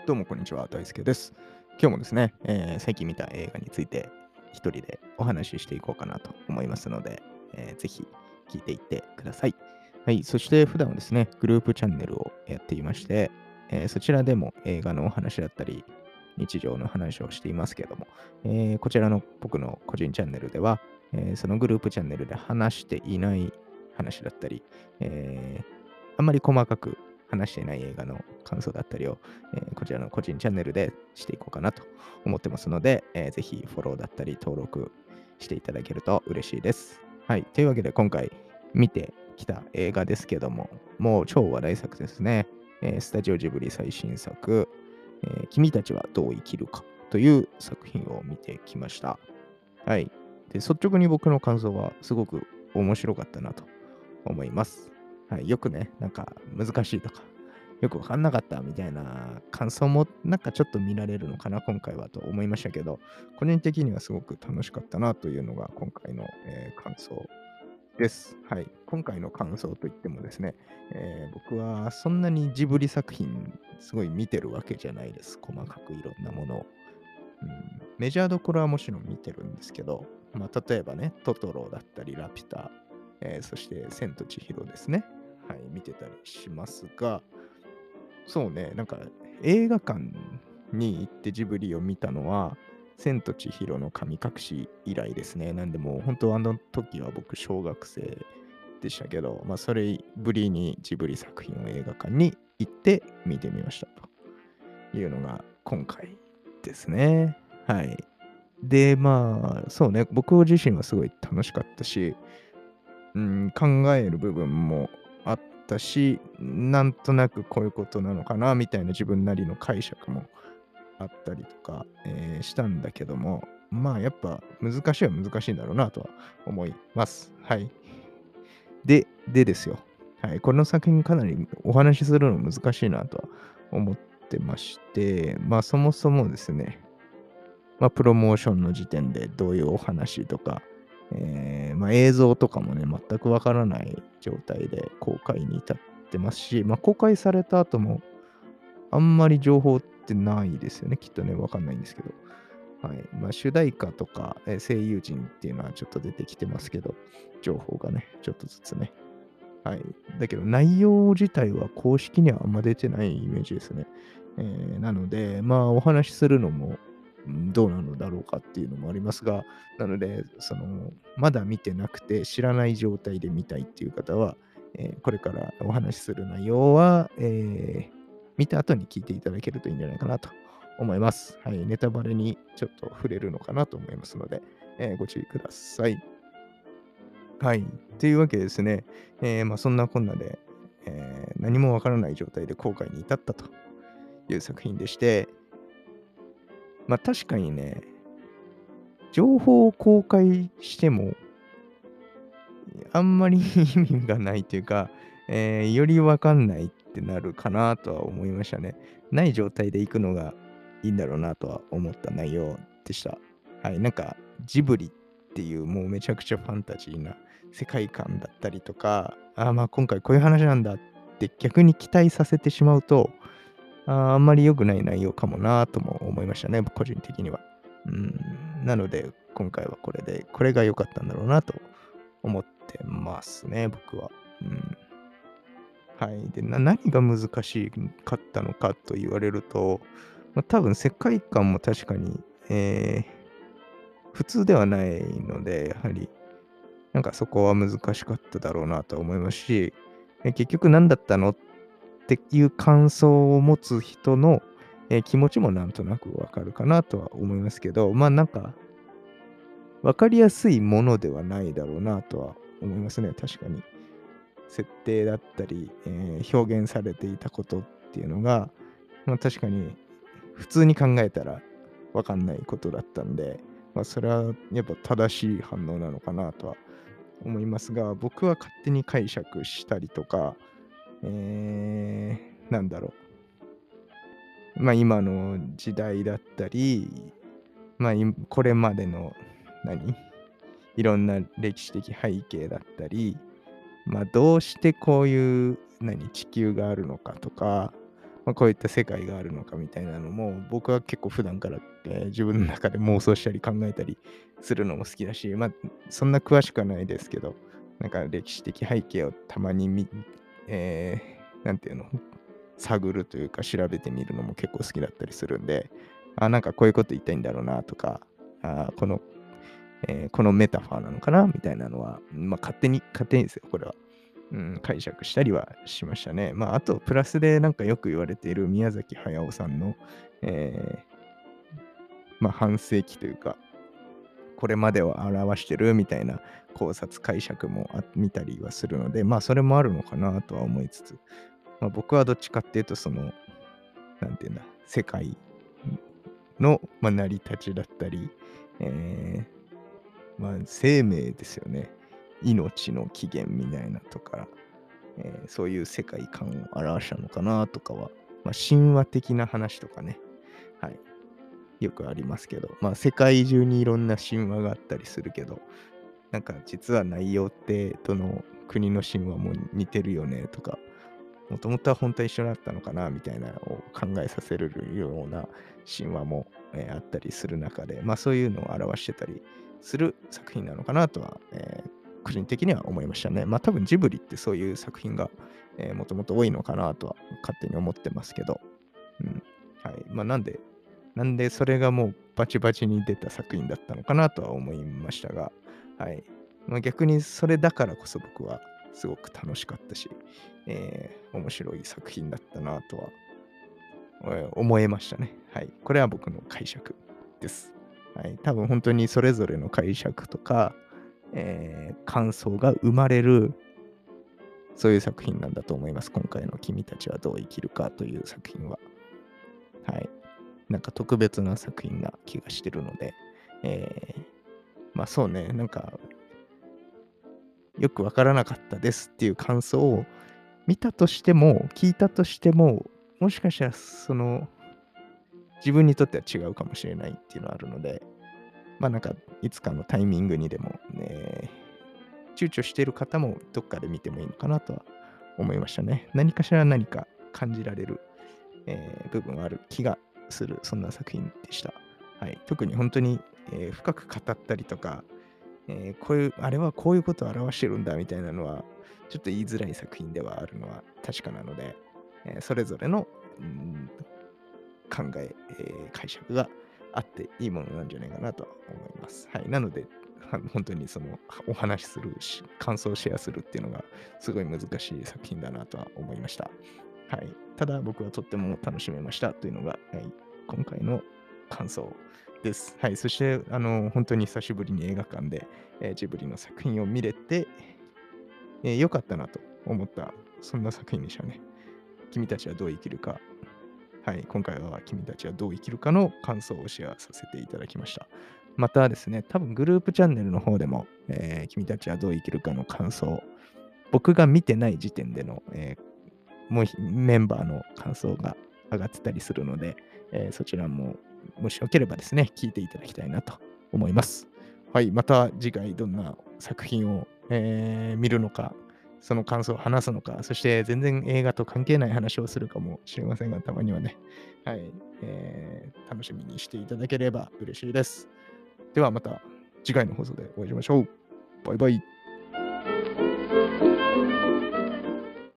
どうもこんにちは、大輔です。今日もですね、最近見た映画について一人でお話ししていこうかなと思いますので、ぜひ聞いていってください。はい、そして普段はですね、グループチャンネルをやっていまして、そちらでも映画のお話だったり、日常の話をしていますけども、こちらの僕の個人チャンネルでは、そのグループチャンネルで話していない話だったり、あんまり細かく話していない映画の感想だったりをこちらの個人チャンネルでしていこうかなと思ってますので、ぜひフォローだったり登録していただけると嬉しいです。はい。というわけで今回見てきた映画ですけども、もう超話題作ですね。スタジオジブリ最新作、君たちはどう生きるかという作品を見てきました。はい。で、率直に僕の感想はすごく面白かったなと思います。はい。よくね、なんか難しいとか、よくわかんなかったみたいな感想もなんかちょっと見られるのかな、今回はと思いましたけど、個人的にはすごく楽しかったなというのが今回の、感想です。はい。今回の感想といってもですね、僕はそんなにジブリ作品すごい見てるわけじゃないです。細かくいろんなものを。メジャーどころはもちろん見てるんですけど、まあ、例えばね、トトロだったり、ラピュタ、そして千と千尋ですね。はい、見てたりしますが、そうね、なんか映画館に行ってジブリを見たのは、千と千尋の神隠し以来ですね。なんでもう本当あの時は僕小学生でしたけど、まあそれぶりにジブリ作品を映画館に行って見てみましたというのが今回ですね。はい。で、まあ、そうね、僕自身はすごい楽しかったし、考える部分もあったし、なんとなくこういうことなのかなみたいな自分なりの解釈もあったりとか、したんだけども、まあやっぱ難しいは難しいんだろうなとは思います。はい。でですよ。はい。この作品かなりお話しするの難しいなとは思ってまして、まあそもそもですね、まあ、プロモーションの時点でどういうお話とか、まあ、映像とかもね、全くわからない状態で公開に至ってますし、まあ、公開された後もあんまり情報ってないですよね。きっとね、わかんないんですけど。はい。まあ、主題歌とか、声優陣っていうのはちょっと出てきてますけど、情報がね、ちょっとずつね。はい。だけど内容自体は公式にはあんま出てないイメージですね。なので、まあ、お話しするのも、どうなのだろうかっていうのもありますが、なので、まだ見てなくて知らない状態で見たいっていう方は、これからお話しする内容は、見た後に聞いていただけるといいんじゃないかなと思います。はい。ネタバレにちょっと触れるのかなと思いますので、ご注意ください。はい。というわけでですね、まあ、そんなこんなで、何もわからない状態で後悔に至ったという作品でして、ま、確かにね、情報を公開しても、あんまり意味がないというか、よりわかんないってなるかなとは思いましたね。ない状態で行くのがいいんだろうなとは思った内容でした。はい、なんかジブリっていうもうめちゃくちゃファンタジーな世界観だったりとか、まあ、今回こういう話なんだって逆に期待させてしまうと、あんまり良くない内容かもなとも思いましたね、個人的には。なので、今回はこれで、これが良かったんだろうなと思ってますね、僕は。うん。はい。で、何が難しかったのかと言われると、まあ、多分世界観も確かに、普通ではないので、やはり、なんかそこは難しかっただろうなと思いますし、結局何だったのっていう感想を持つ人の、気持ちもなんとなくわかるかなとは思いますけど、まあなんか、わかりやすいものではないだろうなとは思いますね、確かに。設定だったり、表現されていたことっていうのが、まあ、確かに普通に考えたらわかんないことだったんで、まあ、それはやっぱ正しい反応なのかなとは思いますが、僕は勝手に解釈したりとか、なんだろまあ、今の時代だったり、まあ、これまでの何いろんな歴史的背景だったり、まあ、どうしてこういう地球があるのかとか、 こういった世界があるのかみたいなのも、僕は結構普段から、自分の中で妄想したり考えたりするのも好きだし、そんな詳しくはないですけど、なんか歴史的背景をたまになんていうの、探るというか調べてみるのも結構好きだったりするんで、なんかこういうこと言いたいんだろうなとか、このメタファーなのかなみたいなのは、勝手にですよ、これは。解釈したりはしましたね。あと、プラスでなんかよく言われている宮崎駿さんの、え半世紀というか、これまでを表してるみたいな考察解釈も見たりはするので、それもあるのかなとは思いつつ、僕はどっちかっていうと、なんていうんだ、世界の、成り立ちだったり、え生命ですよね。命の起源みたいなとか、そういう世界観を表したのかなとかは、神話的な話とかね、はい、よくありますけど、世界中にいろんな神話があったりするけど、なんか実は内容ってどの国の神話も似てるよねとか、もともとは本当は一緒だったのかなみたいなのを考えさせるような神話も、あったりする中で、そういうのを表してたりする作品なのかなとは、個人的には思いましたね。多分ジブリってそういう作品が、もともと多いのかなとは勝手に思ってますけど、うん。はい。なんでそれがもうバチバチに出た作品だったのかなとは思いましたが、はい。逆にそれだからこそ僕はすごく楽しかったし、面白い作品だったなとは、思えましたね。はい。これは僕の解釈です。はい。多分本当にそれぞれの解釈とか、感想が生まれる、そういう作品なんだと思います。今回の君たちはどう生きるかという作品は。はい。なんか特別な作品な気がしてるので、えそうね、なんかよくわからなかったですっていう感想を見たとしても、聞いたとしても、もしかしたら自分にとっては違うかもしれないっていうのはあるので、なんかいつかのタイミングにでも、躊躇している方もどっかで見てもいいのかなとは思いましたね。何か感じられる、部分はある気がする、そんな作品でした。はい。特に本当に、深く語ったりとか、あれはこういうことを表してるんだみたいなのは、ちょっと言いづらい作品ではあるのは確かなので、それぞれの、考え、解釈があっていいものなんじゃないかなと思います。はい。なので、本当にお話しする感想をシェアするっていうのがすごい難しい作品だなとは思いました。はい。ただ僕はとっても楽しめましたというのが、はい、今回の感想です。はい。そして、本当に久しぶりに映画館で、ジブリの作品を見れて、良かったなと思った、そんな作品でしたね。君たちはどう生きるか。はい。今回は君たちはどう生きるかの感想をシェアさせていただきました。またですね、多分グループチャンネルの方でも、君たちはどう生きるかの感想、僕が見てない時点での、もうメンバーの感想が上がってたりするので、そちらももしよければですね、聞いていただきたいなと思います。はい、また次回どんな作品を、見るのか、その感想を話すのか、そして全然映画と関係ない話をするかもしれませんが、たまにはね、はい、楽しみにしていただければ嬉しいです。ではまた次回の放送でお会いしましょう。バイバイ。